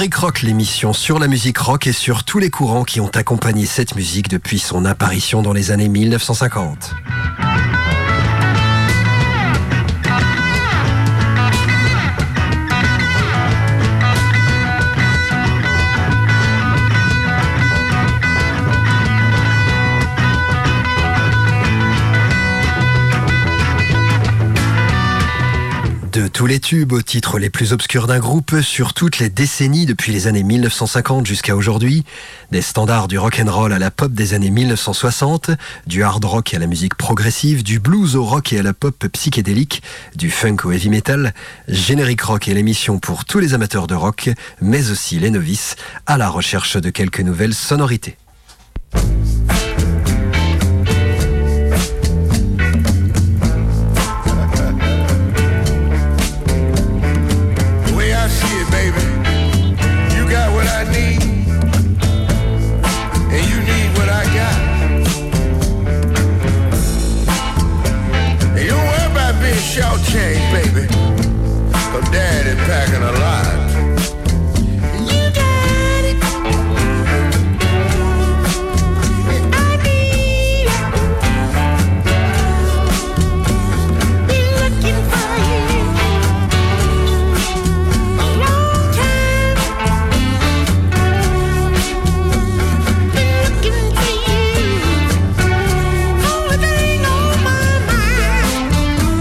Générique rock, l'émission sur la musique rock et sur tous les courants qui ont accompagné cette musique depuis son apparition dans les années 1950. De tous les tubes aux titres les plus obscurs d'un groupe, sur toutes les décennies depuis les années 1950 jusqu'à aujourd'hui, des standards du rock'n'roll à la pop des années 1960, du hard rock à la musique progressive, du blues au rock et à la pop psychédélique, du funk au heavy metal, Générique rock est l'émission pour tous les amateurs de rock, mais aussi les novices, à la recherche de quelques nouvelles sonorités. Short change, baby, 'cause daddy packing a lot. You got it, and I need it. Been looking for you a long time. Been looking for you. Only thing on my mind.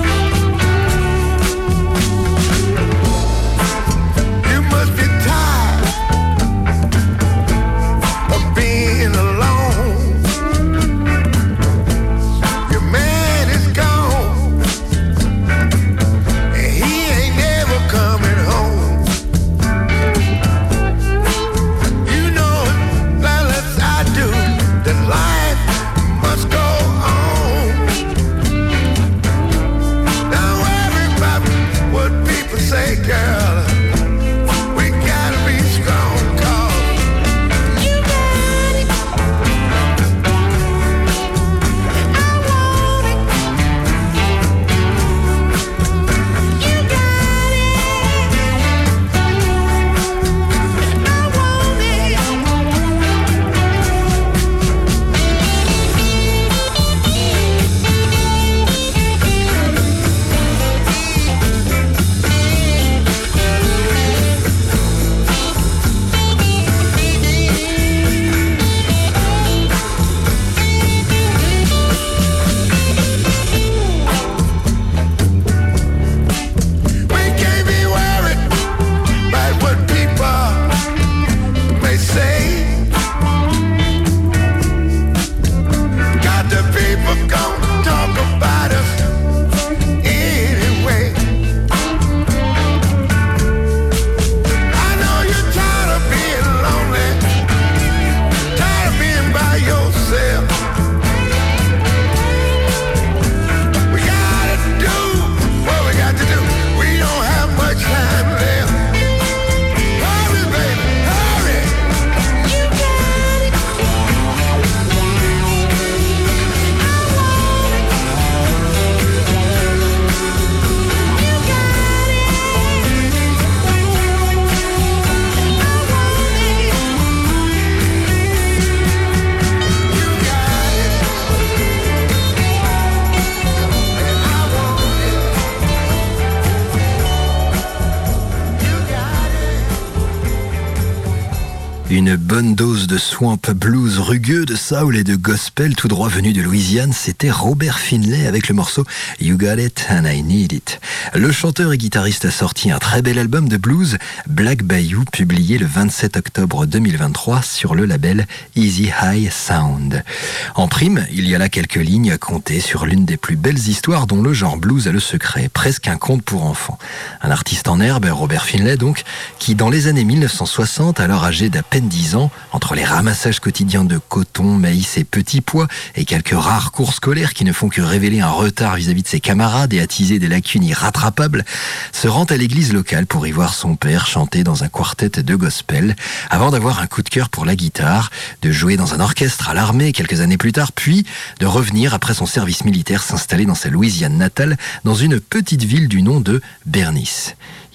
Une bonne dose de swamp blues rugueux, de soul et de gospel tout droit venu de Louisiane, c'était Robert Finlay avec le morceau You Got It and I Need It. Le chanteur et guitariste a sorti un très bel album de blues, Black Bayou, publié le 27 octobre 2023 sur le label Easy High Sound. En prime, il y a là quelques lignes à compter sur l'une des plus belles histoires dont le genre blues a le secret, presque un conte pour enfants. Un artiste en herbe, Robert Finlay donc, qui dans les années 1960, alors âgé d'à peine 10 ans, entre les ramassages quotidiens de coton, maïs et petits pois, et quelques rares cours scolaires qui ne font que révéler un retard vis-à-vis de ses camarades et attiser des lacunes irrattrapables, se rend à l'église locale pour y voir son père chanter dans un quartet de gospel, avant d'avoir un coup de cœur pour la guitare, de jouer dans un orchestre à l'armée quelques années plus tard, puis de revenir après son service militaire s'installer dans sa Louisiane natale, dans une petite ville du nom de Bernice.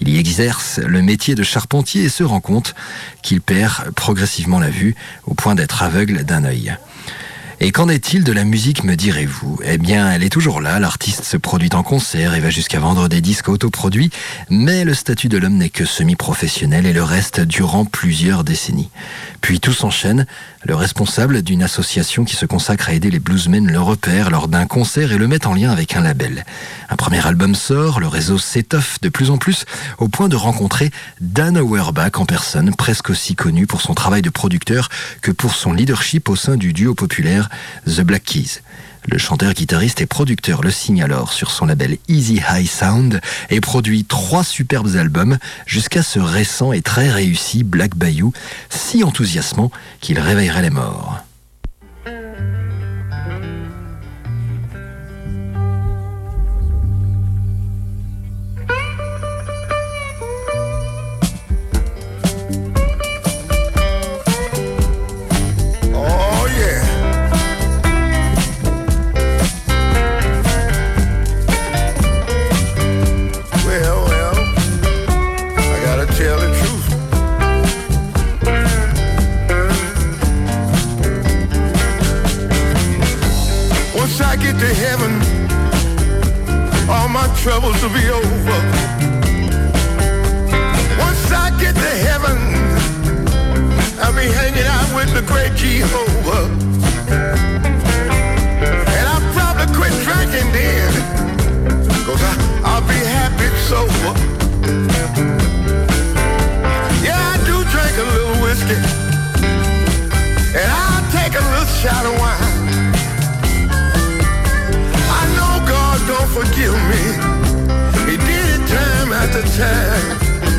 Il y exerce le métier de charpentier et se rend compte qu'il perd progressivement la vue au point d'être aveugle d'un œil. Et qu'en est-il de la musique, me direz-vous ? Eh bien, elle est toujours là, l'artiste se produit en concert et va jusqu'à vendre des disques autoproduits, mais le statut de l'homme n'est que semi-professionnel et le reste durant plusieurs décennies. Puis tout s'enchaîne, le responsable d'une association qui se consacre à aider les bluesmen le repère lors d'un concert et le met en lien avec un label. Un premier album sort, le réseau s'étoffe de plus en plus, au point de rencontrer Dan Auerbach en personne, presque aussi connu pour son travail de producteur que pour son leadership au sein du duo populaire The Black Keys. Le chanteur-guitariste et producteur le signe alors sur son label Easy High Sound et produit 3 superbes albums jusqu'à ce récent et très réussi Black Bayou, si enthousiasmant qu'il réveillerait les morts. Troubles will be over. Once I get to heaven, I'll be hanging out with the great Jehovah. And I'll probably quit drinking then, 'cause I'll be happy sober. Yeah, I do drink a little whiskey, and I'll take a little shot of wine. I know God don't forgive me. He did it time after time.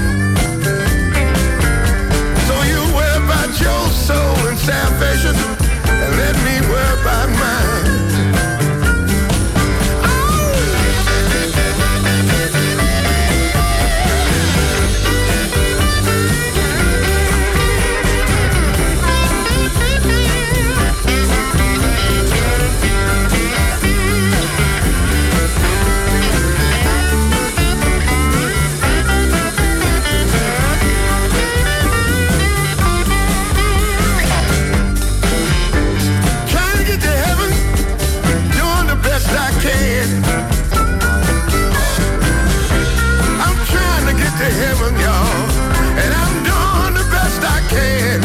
So you worry about your soul and salvation, and let me worry about mine. Heaven, y'all, and I'm doing the best I can.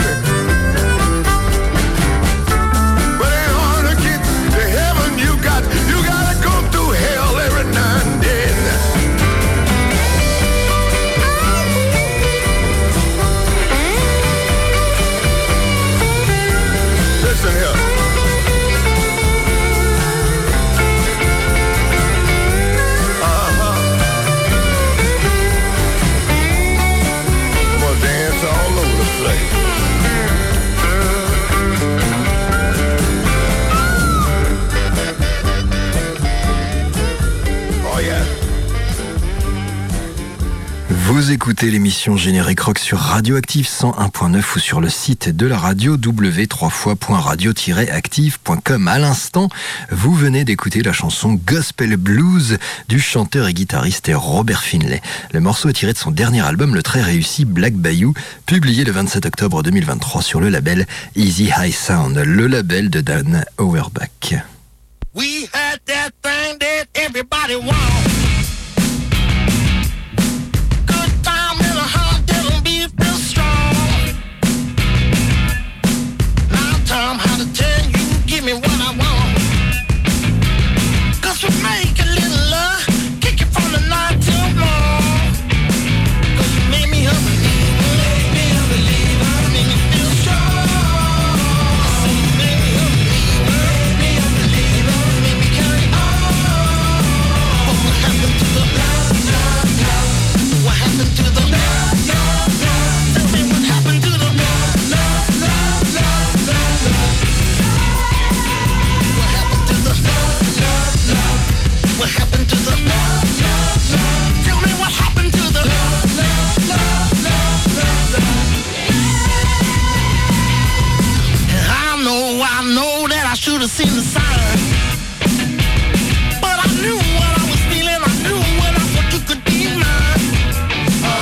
But in order to get to heaven, you gotta go through hell every now and then. Listen here. Vous écoutez l'émission Générique Rock sur Radioactive 101.9 ou sur le site de la radio w3.radio-active.com. À l'instant, vous venez d'écouter la chanson Gospel Blues du chanteur et guitariste Robert Finlay. Le morceau est tiré de son dernier album, le très réussi Black Bayou, publié le 27 octobre 2023 sur le label Easy High Sound, le label de Dan Auerbach. We had that thing that everybody wants. should have seen the sign. But I knew what I was feeling. I knew when I thought you could be mine.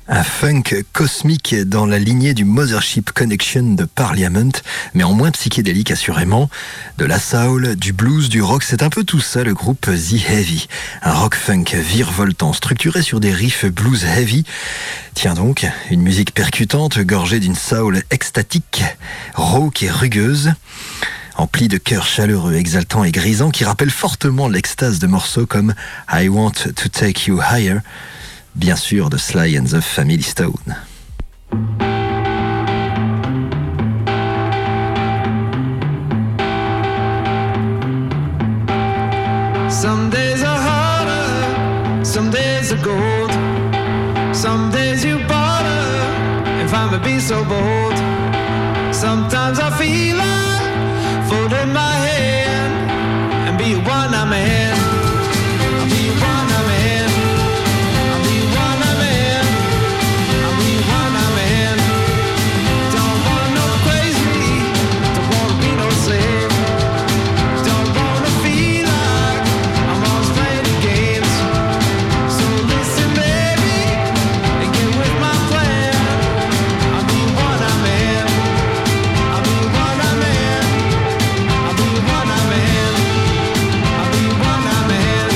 Un funk cosmique dans la lignée du Mothership Connection de Parliament, mais en moins psychédélique assurément. De la soul, du blues, du rock, c'est un peu tout ça le groupe The Heavy. Un rock-funk virevoltant, structuré sur des riffs blues heavy. Tiens donc, une musique percutante, gorgée d'une soul extatique, rauque et rugueuse. Empli de chœurs chaleureux, exaltants et grisants qui rappellent fortement l'extase de morceaux comme I Want to Take You Higher, bien sûr de Sly and the Family Stone. Some days are harder, some days are gold. Some days you bother, if I may be so bold. Sometimes I feel like folding my hand and be a one-night man. I'll be a one-night man. I'll be a one-night man. I'll be a one-night man. Don't wanna know crazy, don't wanna be no slave. Don't wanna feel like I'm always playing the games. So listen, baby, and get with my plan. I'll be a one-night man. I'll be a one-night man. I'll be a one-night man. I'll be a one-night man.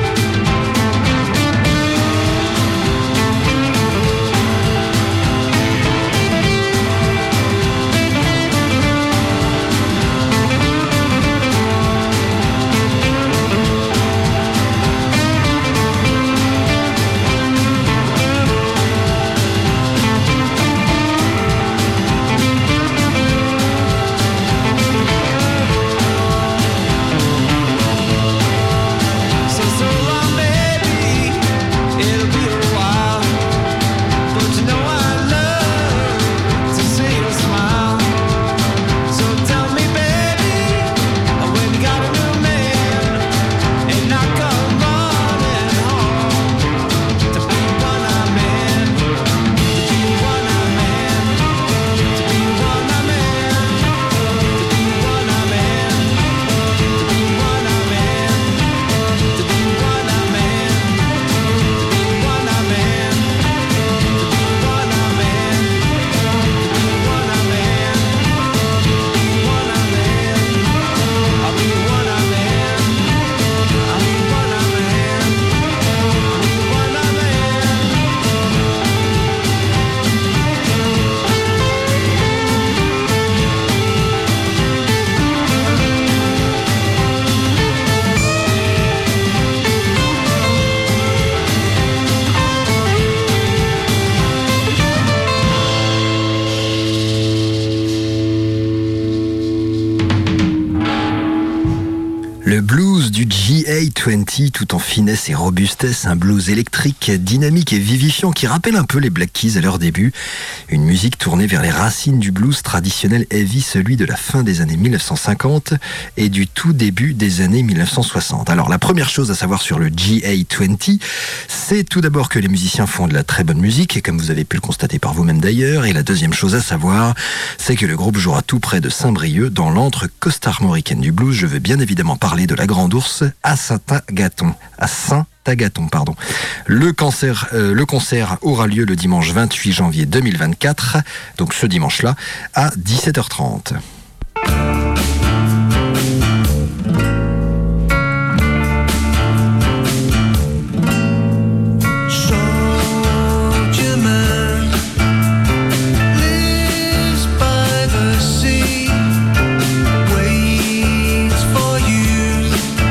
So long, baby, it'll be a while. But you know I love to see you smile. So tell me, baby, when you got a new man, and not come running home to be one-night man, to be one-night man, to be one-night man, to be one-night man, to be one-night man. To be one-night man, to be one-night man, to be one-night man, to be one-night man, to be one-night man. I'll be one-night man. I'll be one-night man. I'll be one-night man. Le blues du GA20 tout en finesse et robustesse, un blues électrique, dynamique et vivifiant qui rappelle un peu les Black Keys à leur début. Une musique tournée vers les racines du blues traditionnel heavy, celui de la fin des années 1950 et du tout début des années 1960. Alors la première chose à savoir sur le GA20, c'est tout d'abord que les musiciens font de la très bonne musique, et comme vous avez pu le constater par vous-même d'ailleurs, et la deuxième chose à savoir, c'est que le groupe jouera tout près de Saint-Brieuc, dans l'antre costarmoricaine du blues. Je veux bien évidemment parler de la Grande Ourse à Saint-Agathon. Le concert aura lieu le dimanche 28 janvier 2024, donc ce dimanche-là, à 17h30. Soldier man lives by the sea, waits for you,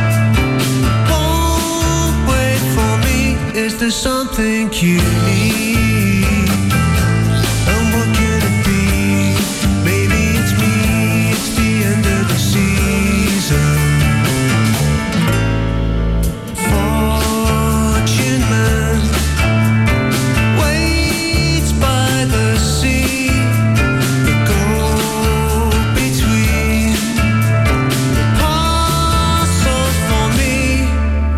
won't wait for me. Is there something you need? And what could it be? Maybe it's me, it's the end of the season. Fortune man waits by the sea, the go-between, parcel for me.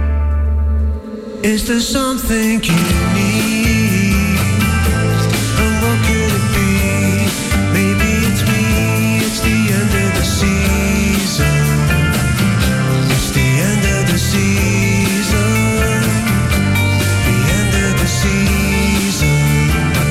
Is there something you need? And what could it be? Maybe it's me, it's the end of the season. It's the end of the season. The end of the season.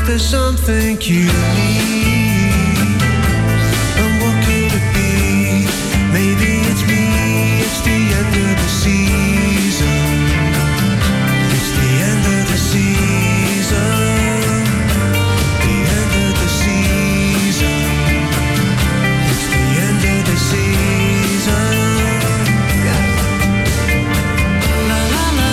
there's something you need. And what could it be? Maybe it's me, it's the end of the season. It's the end of the season. The end of the season. It's the end of the season. La la la.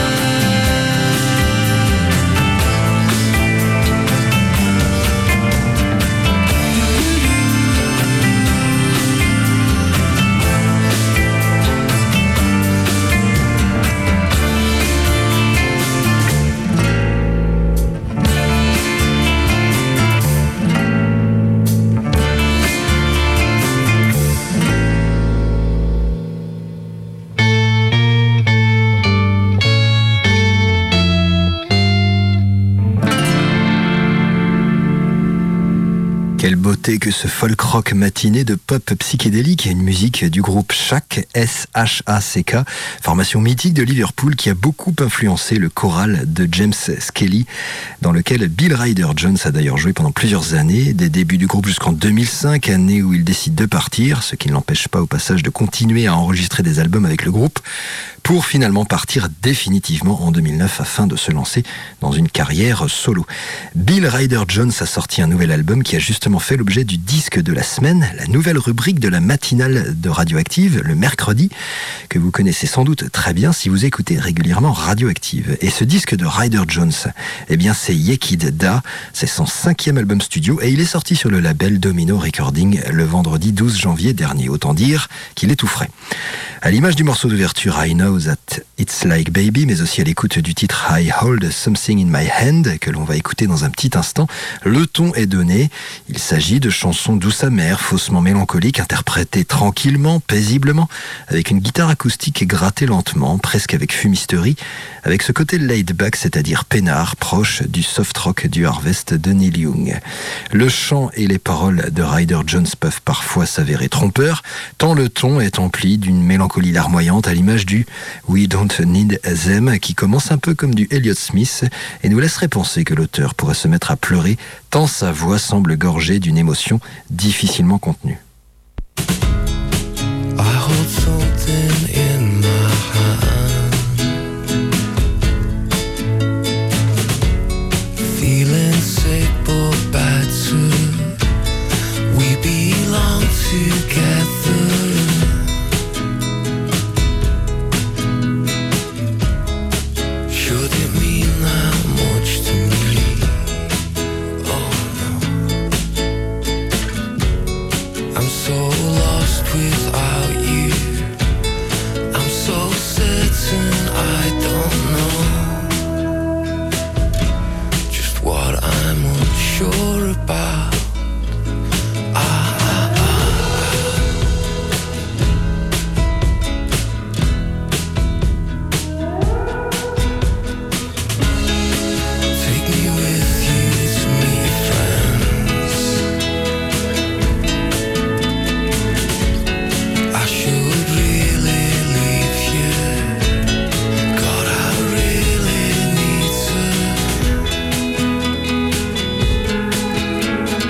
Quelle beauté que ce folk rock matiné de pop psychédélique, une musique du groupe Shack, S-H-A-C-K, formation mythique de Liverpool qui a beaucoup influencé le choral de James Skelly, dans lequel Bill Ryder Jones a d'ailleurs joué pendant plusieurs années, des débuts du groupe jusqu'en 2005, année où il décide de partir, ce qui ne l'empêche pas au passage de continuer à enregistrer des albums avec le groupe, pour finalement partir définitivement en 2009 afin de se lancer dans une carrière solo. Bill Ryder Jones a sorti un nouvel album qui a justement fait l'objet du disque de la semaine, la nouvelle rubrique de la matinale de Radioactive, le mercredi, que vous connaissez sans doute très bien si vous écoutez régulièrement Radioactive. Et ce disque de Ryder Jones, eh bien c'est Yekid Da, c'est son 5e album studio et il est sorti sur le label Domino Recording le vendredi 12 janvier dernier. Autant dire qu'il est tout frais. À l'image du morceau d'ouverture I Know That It's Like Baby, mais aussi à l'écoute du titre I Hold Something in My Hand, que l'on va écouter dans un petit instant, le ton est donné. Il s'agit de chansons douces amères, faussement mélancoliques, interprétées tranquillement, paisiblement, avec une guitare acoustique grattée lentement, presque avec fumisterie, avec ce côté laid back, c'est-à-dire peinard, proche du soft rock du Harvest de Neil Young. Le chant et les paroles de Ryder Jones peuvent parfois s'avérer trompeurs, tant le ton est empli d'une mélancolie larmoyante à l'image du We Don't Need Them, qui commence un peu comme du Elliott Smith et nous laisserait penser que l'auteur pourrait se mettre à pleurer tant sa voix semble gorgée d'une émotion difficilement contenue. I hold something in my hand, feeling sick but battered. We belong together. Should it mean that much to me? Oh no, I'm so lost without you. I'm so certain I don't know just what I'm unsure about. Take me with you to meet friends. I should really leave you. God, I really need to.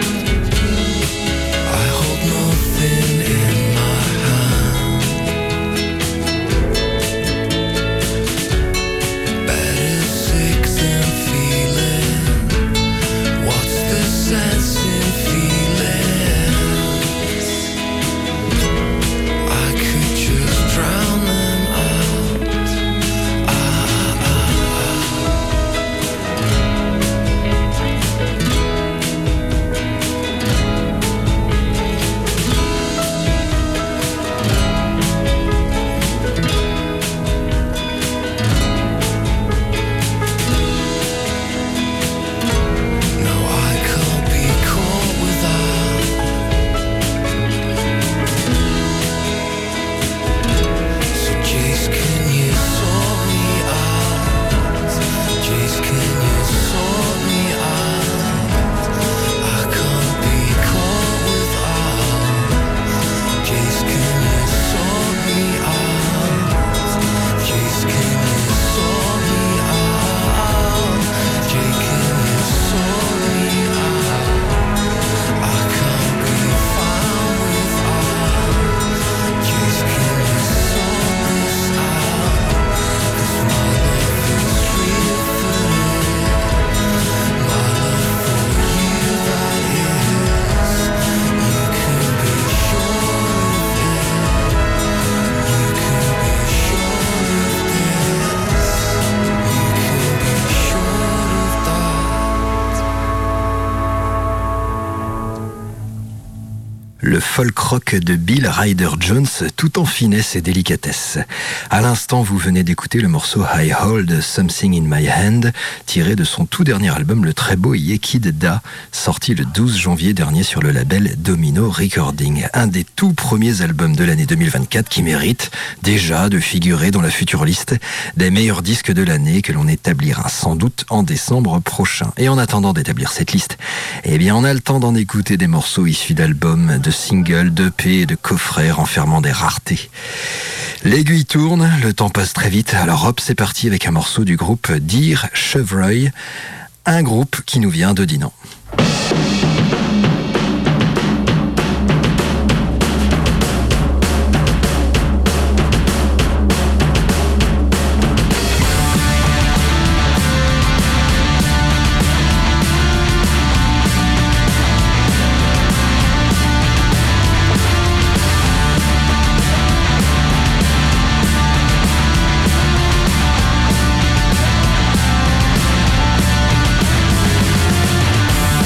le folk rock de Bill Ryder Jones, tout en finesse et délicatesse. À l'instant, vous venez d'écouter le morceau I Hold Something in My Hand, tiré de son tout dernier album, le très beau Yekid Da, sorti le 12 janvier dernier sur le label Domino Recording. Un des tout premiers albums de l'année 2024 qui mérite déjà de figurer dans la future liste des meilleurs disques de l'année que l'on établira sans doute en décembre prochain. Et en attendant d'établir cette liste, eh bien on a le temps d'en écouter des morceaux issus d'albums, de singles, d'EP et de coffrets renfermant des raretés. L'aiguille tourne, le temps passe très vite, alors hop, c'est parti avec un morceau du groupe Dear Chevreuil, un groupe qui nous vient de Dinan. Well,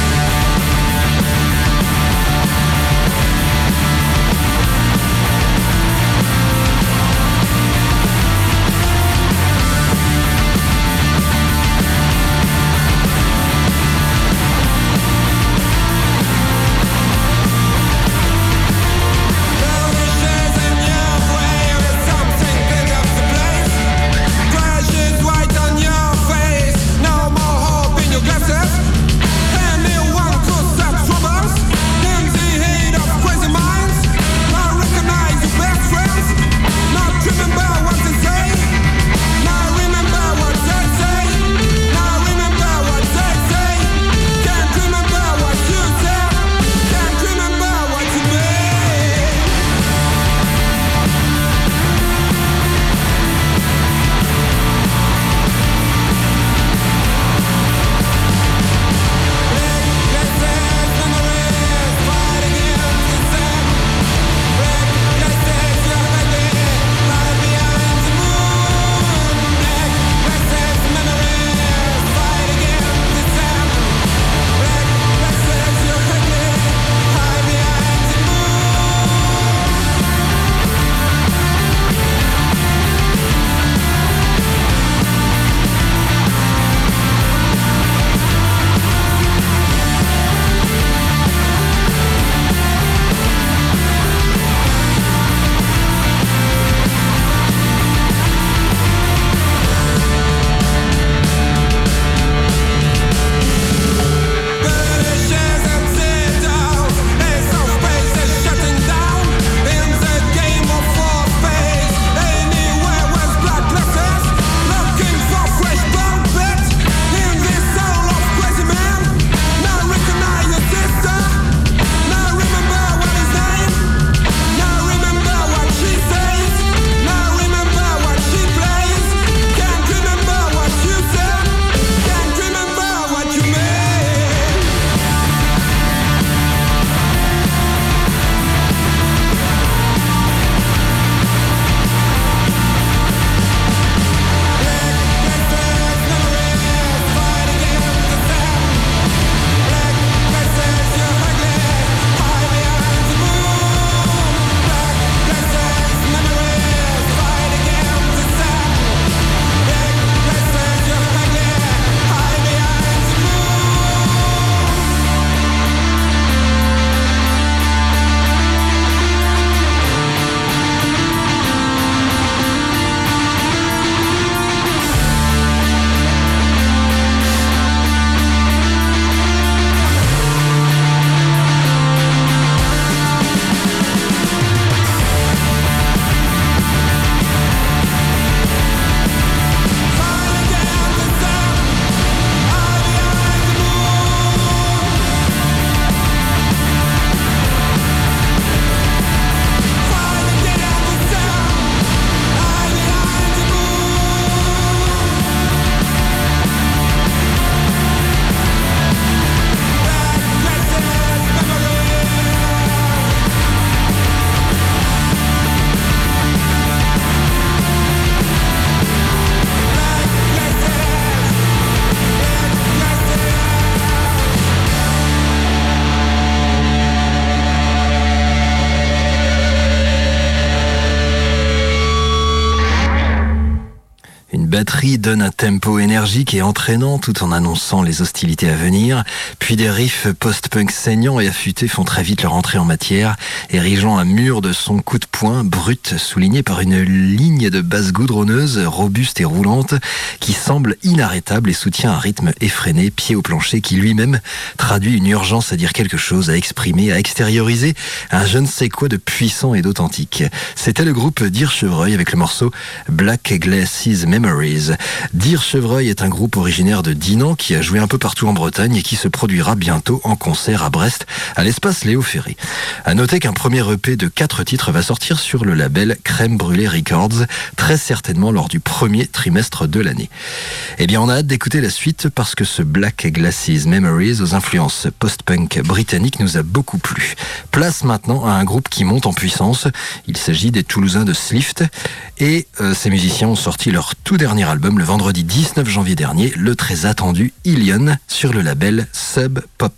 batterie donne un tempo énergique et entraînant tout en annonçant les hostilités à venir. Puis des riffs post-punk saignants et affûtés font très vite leur entrée en matière, érigeant un mur de son coup de poing brut souligné par une ligne de basse goudronneuse, robuste et roulante, qui semble inarrêtable et soutient un rythme effréné, pied au plancher, qui lui-même traduit une urgence à dire quelque chose, à exprimer, à extérioriser un je ne sais quoi de puissant et d'authentique. C'était le groupe Dire Chevreuil avec le morceau Black Glasses Memories. Dire Chevreuil est un groupe originaire de Dinan qui a joué un peu partout en Bretagne et qui se produira bientôt en concert à Brest, à l'espace Léo Ferré. À noter qu'un premier EP de 4 titres va sortir sur le label Crème Brûlée Records, très certainement lors du premier trimestre de l'année. Eh bien, on a hâte d'écouter la suite parce que ce Black Glasses Memories aux influences post-punk britanniques nous a beaucoup plu. Place maintenant à un groupe qui monte en puissance. Il s'agit des Toulousains de Slift et ces musiciens ont sorti leur tout dernier album le vendredi 19 janvier dernier, le très attendu Ilion, sur le label Sub Pop.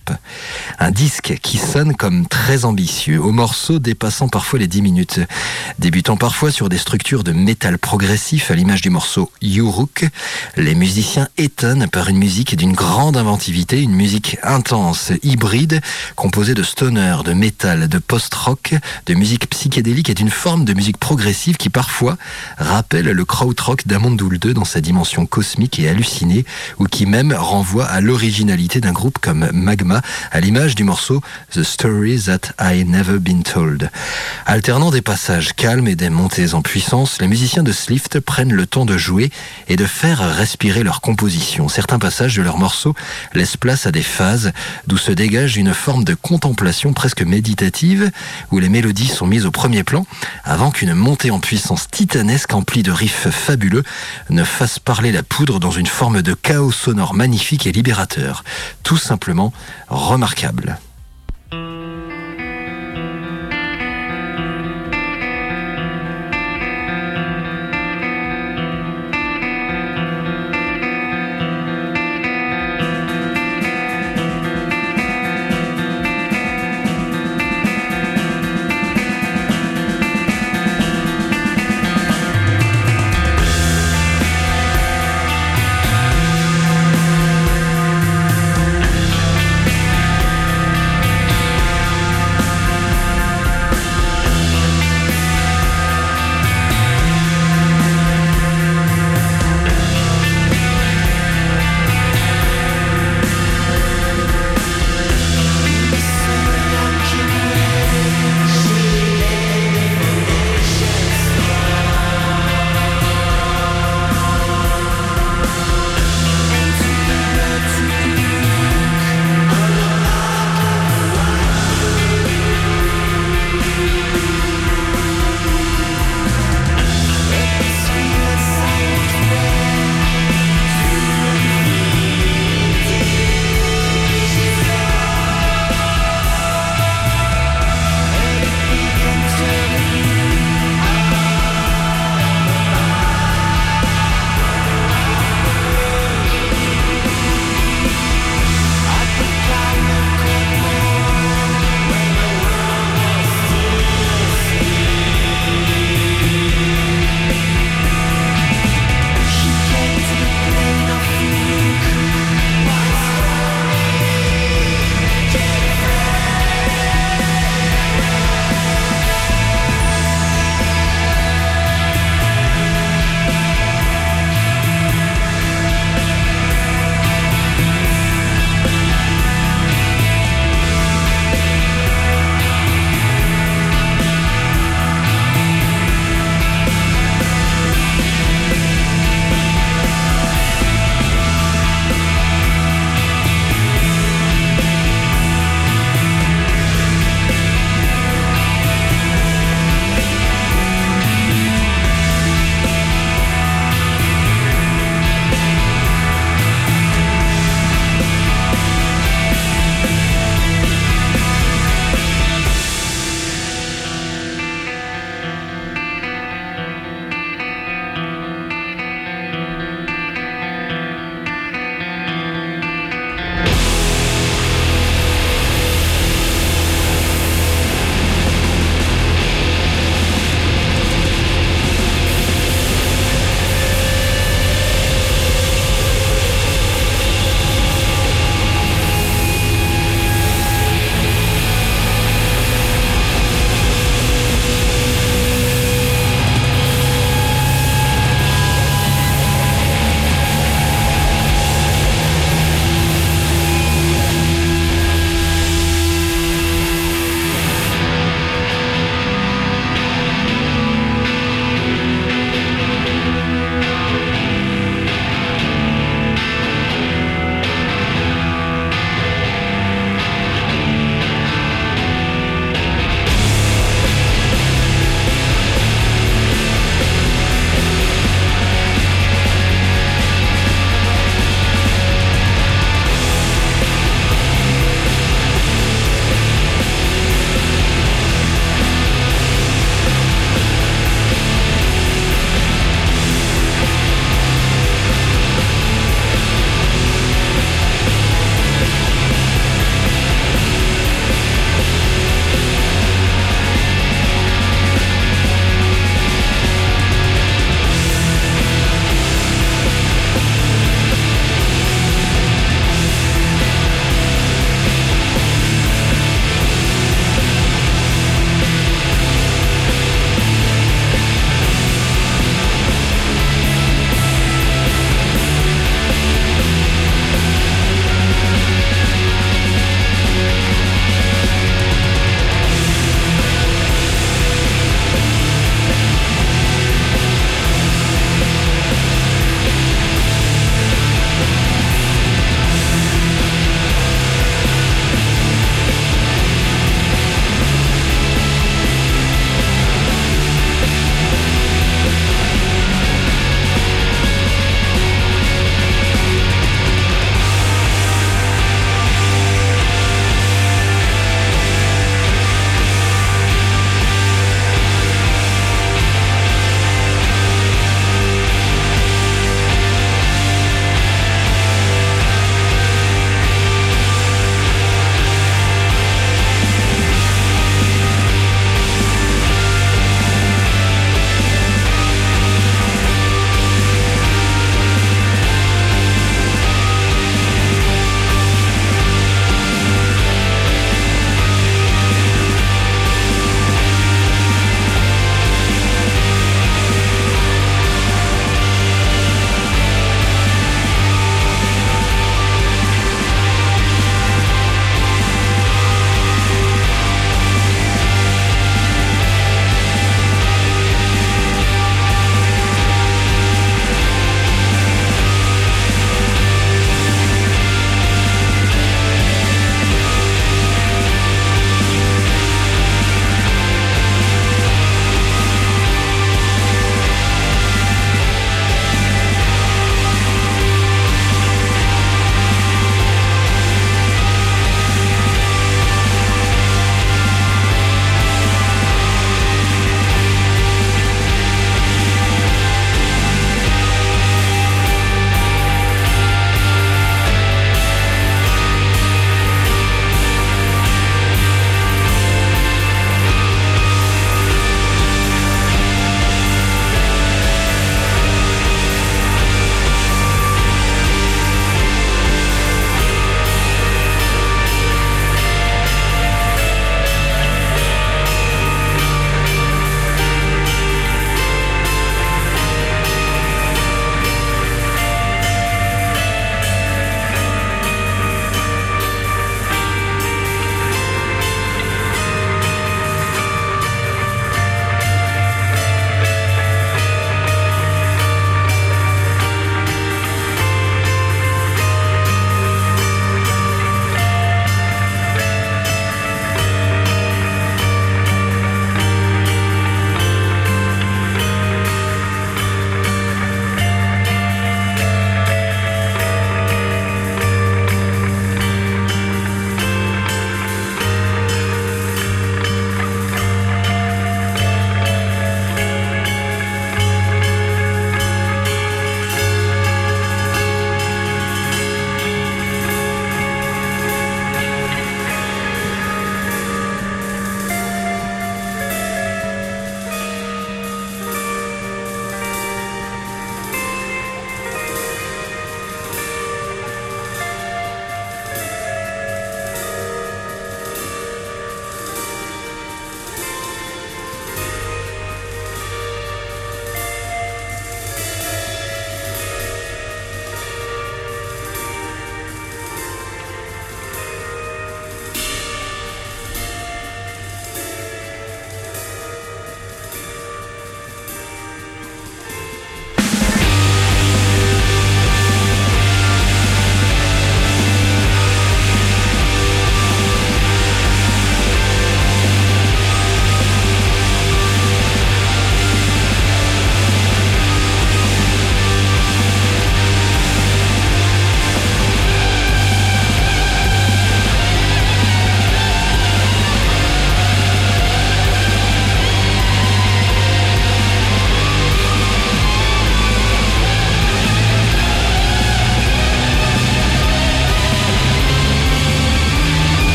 Un disque qui sonne comme très ambitieux, aux morceaux dépassant parfois les 10 minutes, débutant parfois sur des structures de métal progressif à l'image du morceau Yuruk. Les musiciens étonnent par une musique d'une grande inventivité, une musique intense, hybride, composée de stoner, de métal, de post-rock, de musique psychédélique et d'une forme de musique progressive qui parfois rappelle le krautrock d'Amondoul 2 dans sa dimension cosmique et hallucinée, ou qui même renvoie à l'originalité d'un groupe comme Magma, à l'image du morceau The Story That I Never Been Told. Alternant des passages calmes et des montées en puissance, les musiciens de Slift prennent le temps de jouer et de faire respirer leur composition. Certains passages de leurs morceaux laissent place à des phases d'où se dégage une forme de contemplation presque méditative, où les mélodies sont mises au premier plan, avant qu'une montée en puissance titanesque emplie de riffs fabuleux ne fasse parler la poudre dans une forme de chaos sonore magnifique et libérateur. Tout simplement remarquable.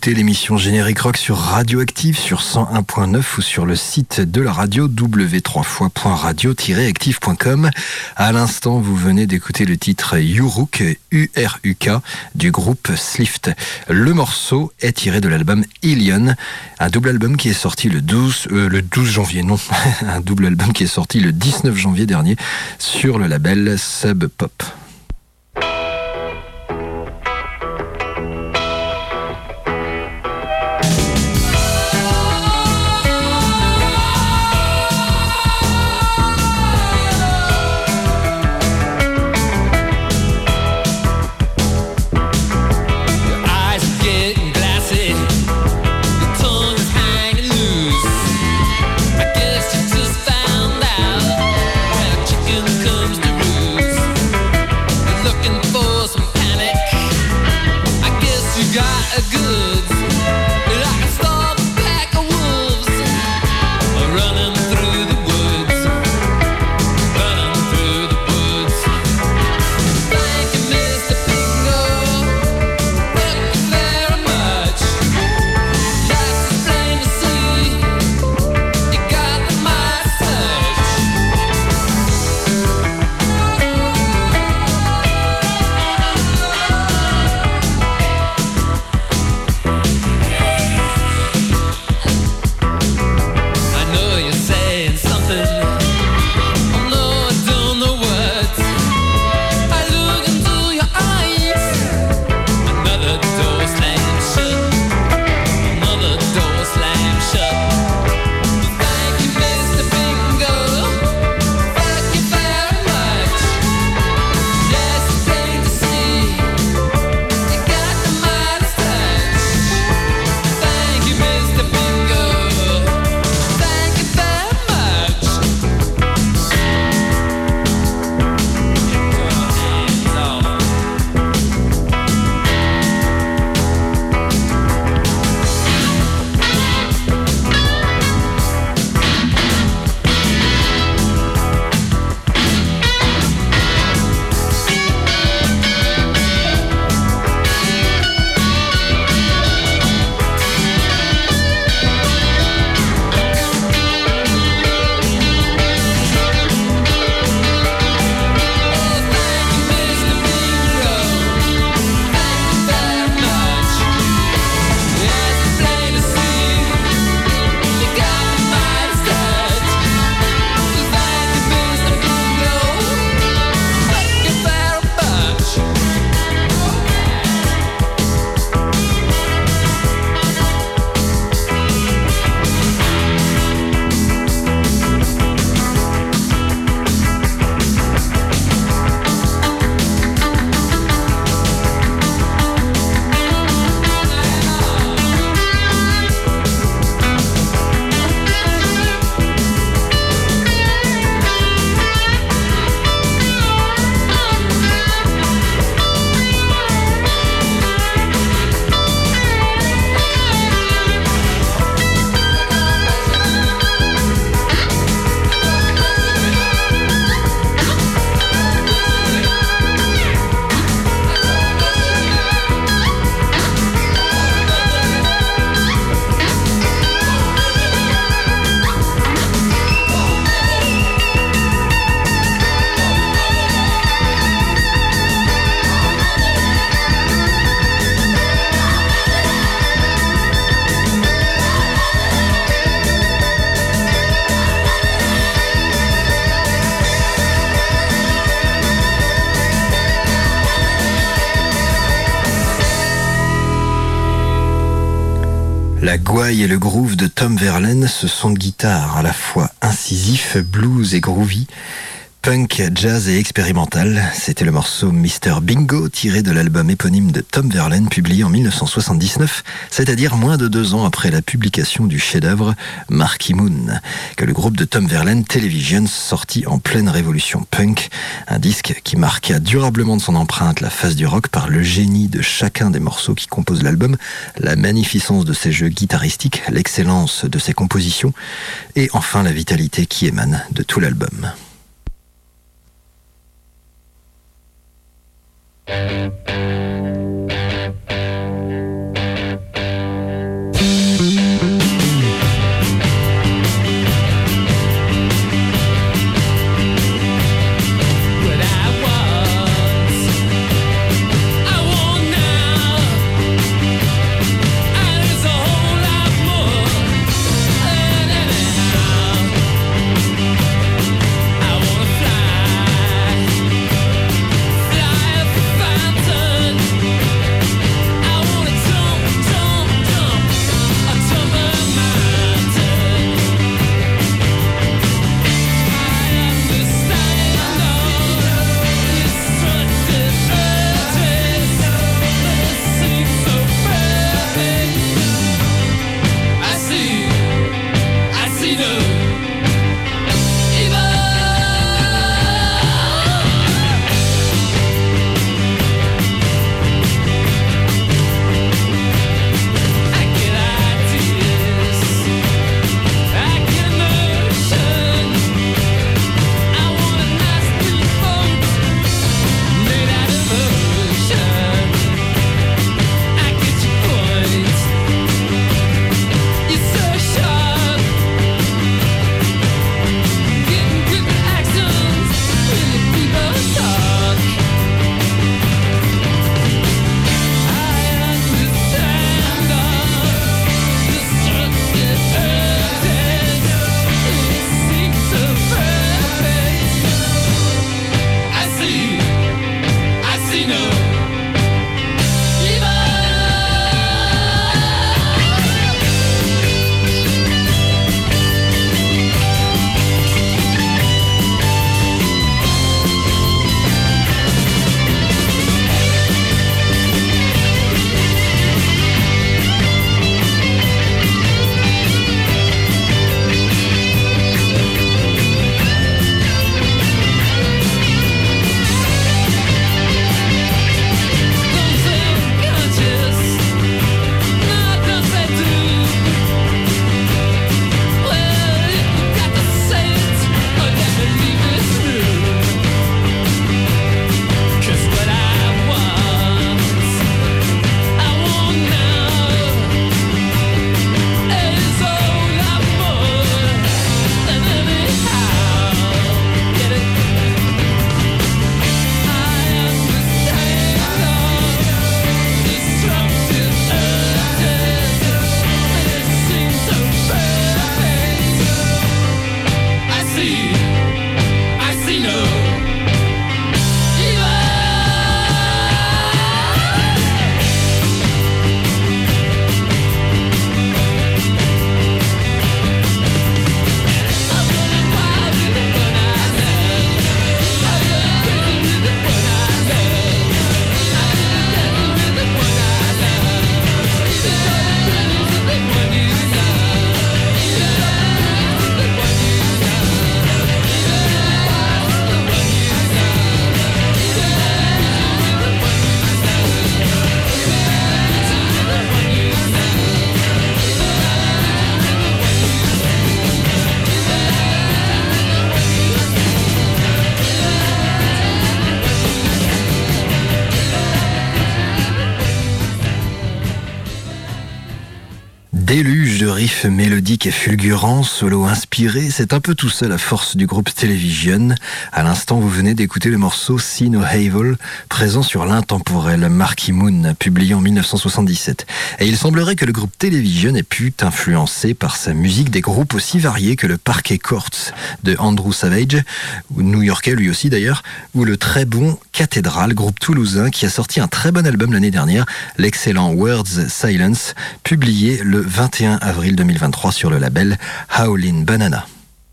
écoutez l'émission Générique Rock sur Radioactive sur 101.9 ou sur le site de la radio w3fois.radio-active.com. À l'instant, vous venez d'écouter le titre Uruk, U-R-U-K, du groupe Slift. Le morceau est tiré de l'album Ilion, un double album qui est sorti le 12 janvier, non, un double album qui est sorti le 19 janvier dernier sur le label Sub Pop. La gouaille et le groove de Tom Verlaine, ce son de guitare à la fois incisif, blues et groovy, punk, jazz et expérimental. C'était le morceau Mr. Bingo tiré de l'album éponyme de Tom Verlaine publié en 1979, c'est-à-dire moins de 2 ans après la publication du chef-d'œuvre Marquee Moon, que le groupe de Tom Verlaine Television sortit en pleine révolution punk, un disque qui marqua durablement de son empreinte la face du rock par le génie de chacun des morceaux qui composent l'album, la magnificence de ses jeux guitaristiques, l'excellence de ses compositions et enfin la vitalité qui émane de tout l'album. déluge de riffs mélodiques et fulgurants, solo inspirés, c'est un peu tout ça la force du groupe Television. À l'instant, vous venez d'écouter le morceau See No Evil, présent sur l'intemporel Marquee Moon, publié en 1977. Et il semblerait que le groupe Television ait pu influencer par sa musique des groupes aussi variés que le Parquet Courts de Andrew Savage, new-yorkais lui aussi d'ailleurs, ou le très bon Cathédrale, groupe toulousain qui a sorti un très bon album l'année dernière, l'excellent Words Silence, publié le 21 avril 2023 sur le label Howlin' Banana.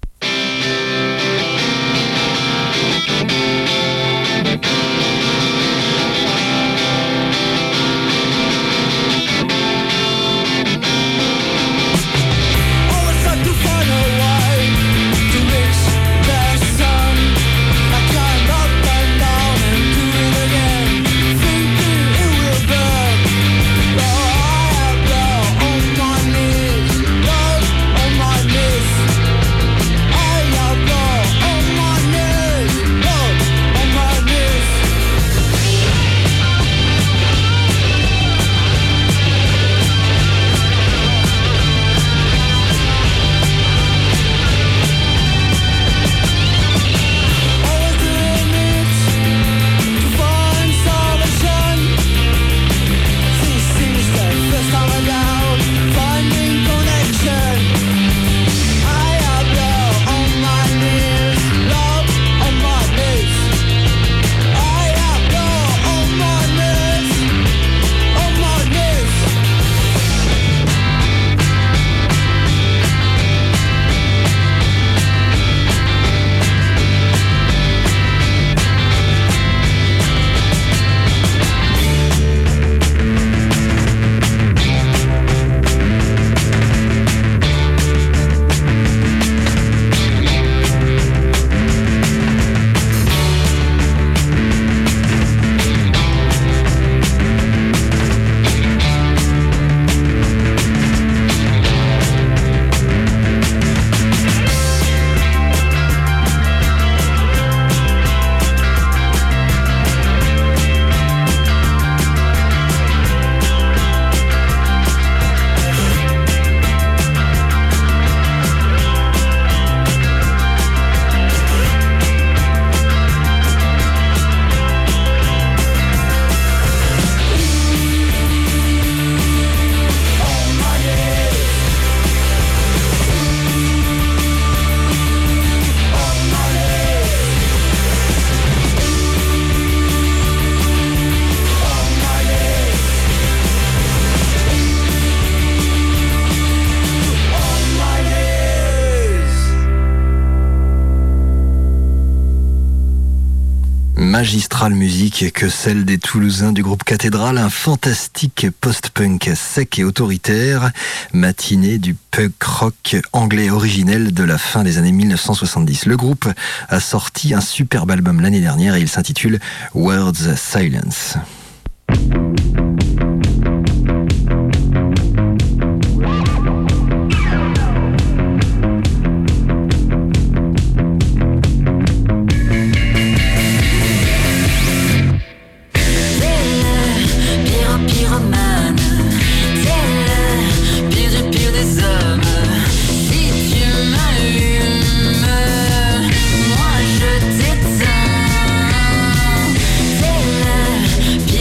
Magistrale musique que celle des Toulousains du groupe Cathédrale, un fantastique post-punk sec et autoritaire, matinée du punk rock anglais originel de la fin des années 1970. Le groupe a sorti un superbe album l'année dernière et il s'intitule Words Silence. Moi je t'éteins, t'es le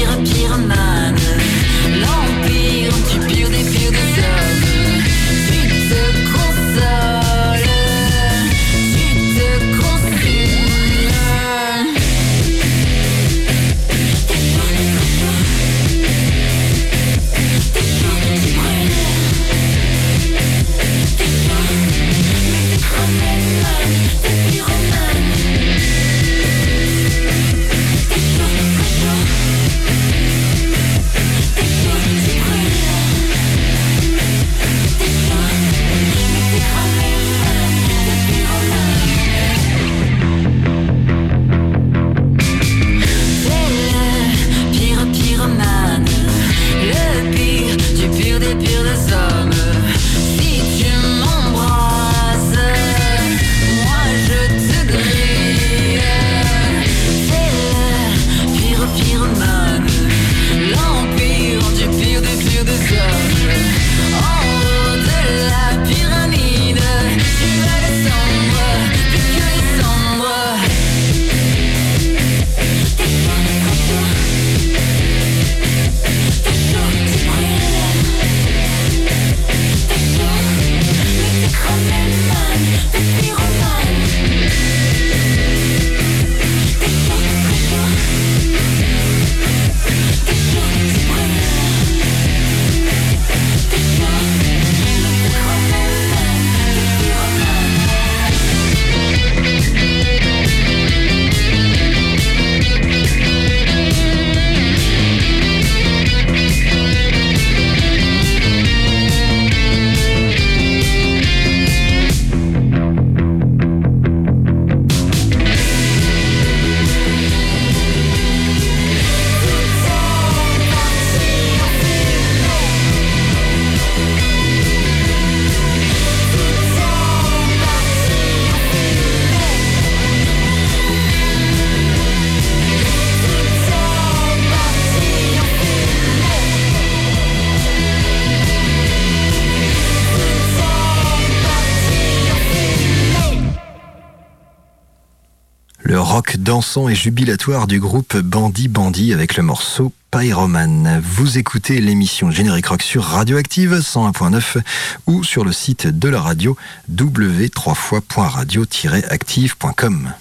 rock dansant et jubilatoire du groupe Bandy Bandy avec le morceau Pyroman. Vous écoutez l'émission Générique Rock sur Radioactive 101.9 ou sur le site de la radio w3fois.radio-active.com.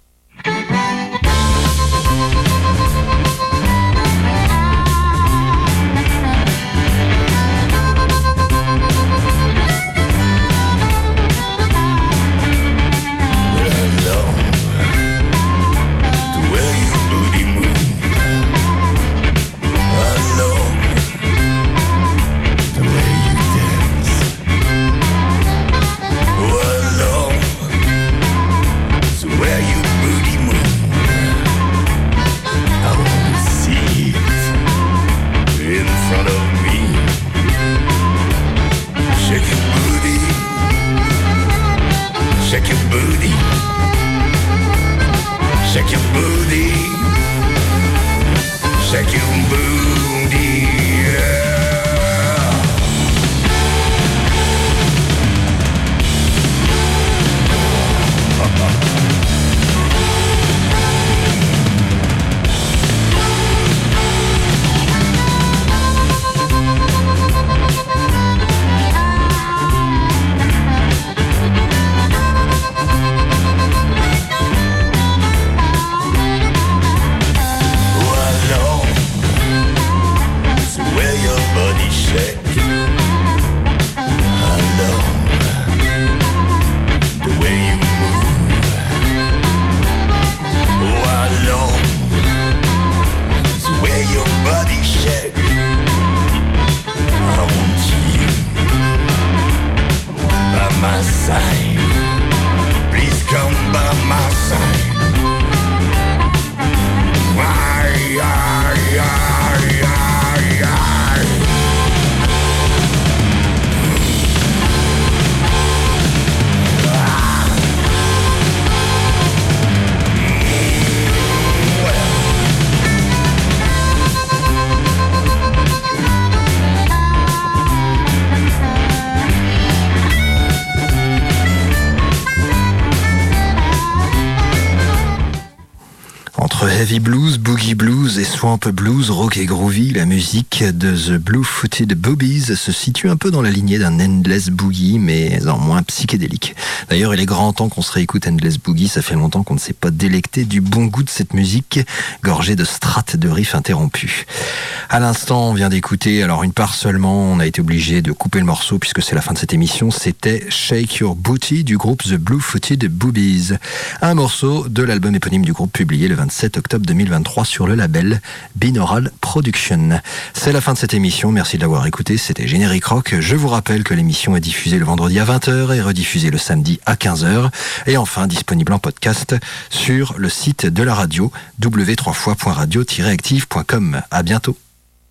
Heavy blues, boogie blues et swamp blues, rock et groovy, la musique de The Blue-Footed Boobies se situe un peu dans la lignée d'un Endless Boogie, mais en moins psychédélique. D'ailleurs, il est grand temps qu'on se réécoute Endless Boogie, ça fait longtemps qu'on ne s'est pas délecté du bon goût de cette musique, gorgée de strates de riffs interrompus. À l'instant, on vient d'écouter, alors une part seulement, on a été obligé de couper le morceau puisque c'est la fin de cette émission, c'était Shake Your Booty du groupe The Blue-Footed Boobies. Un morceau de l'album éponyme du groupe publié le 27 octobre 2023 sur le label Binaural Production. C'est la fin de cette émission, merci de l'avoir écouté, c'était Générique Rock. Je vous rappelle que l'émission est diffusée le vendredi à 20h et rediffusée le samedi à 15h et enfin disponible en podcast sur le site de la radio w3fois.radio-active.com. À bientôt.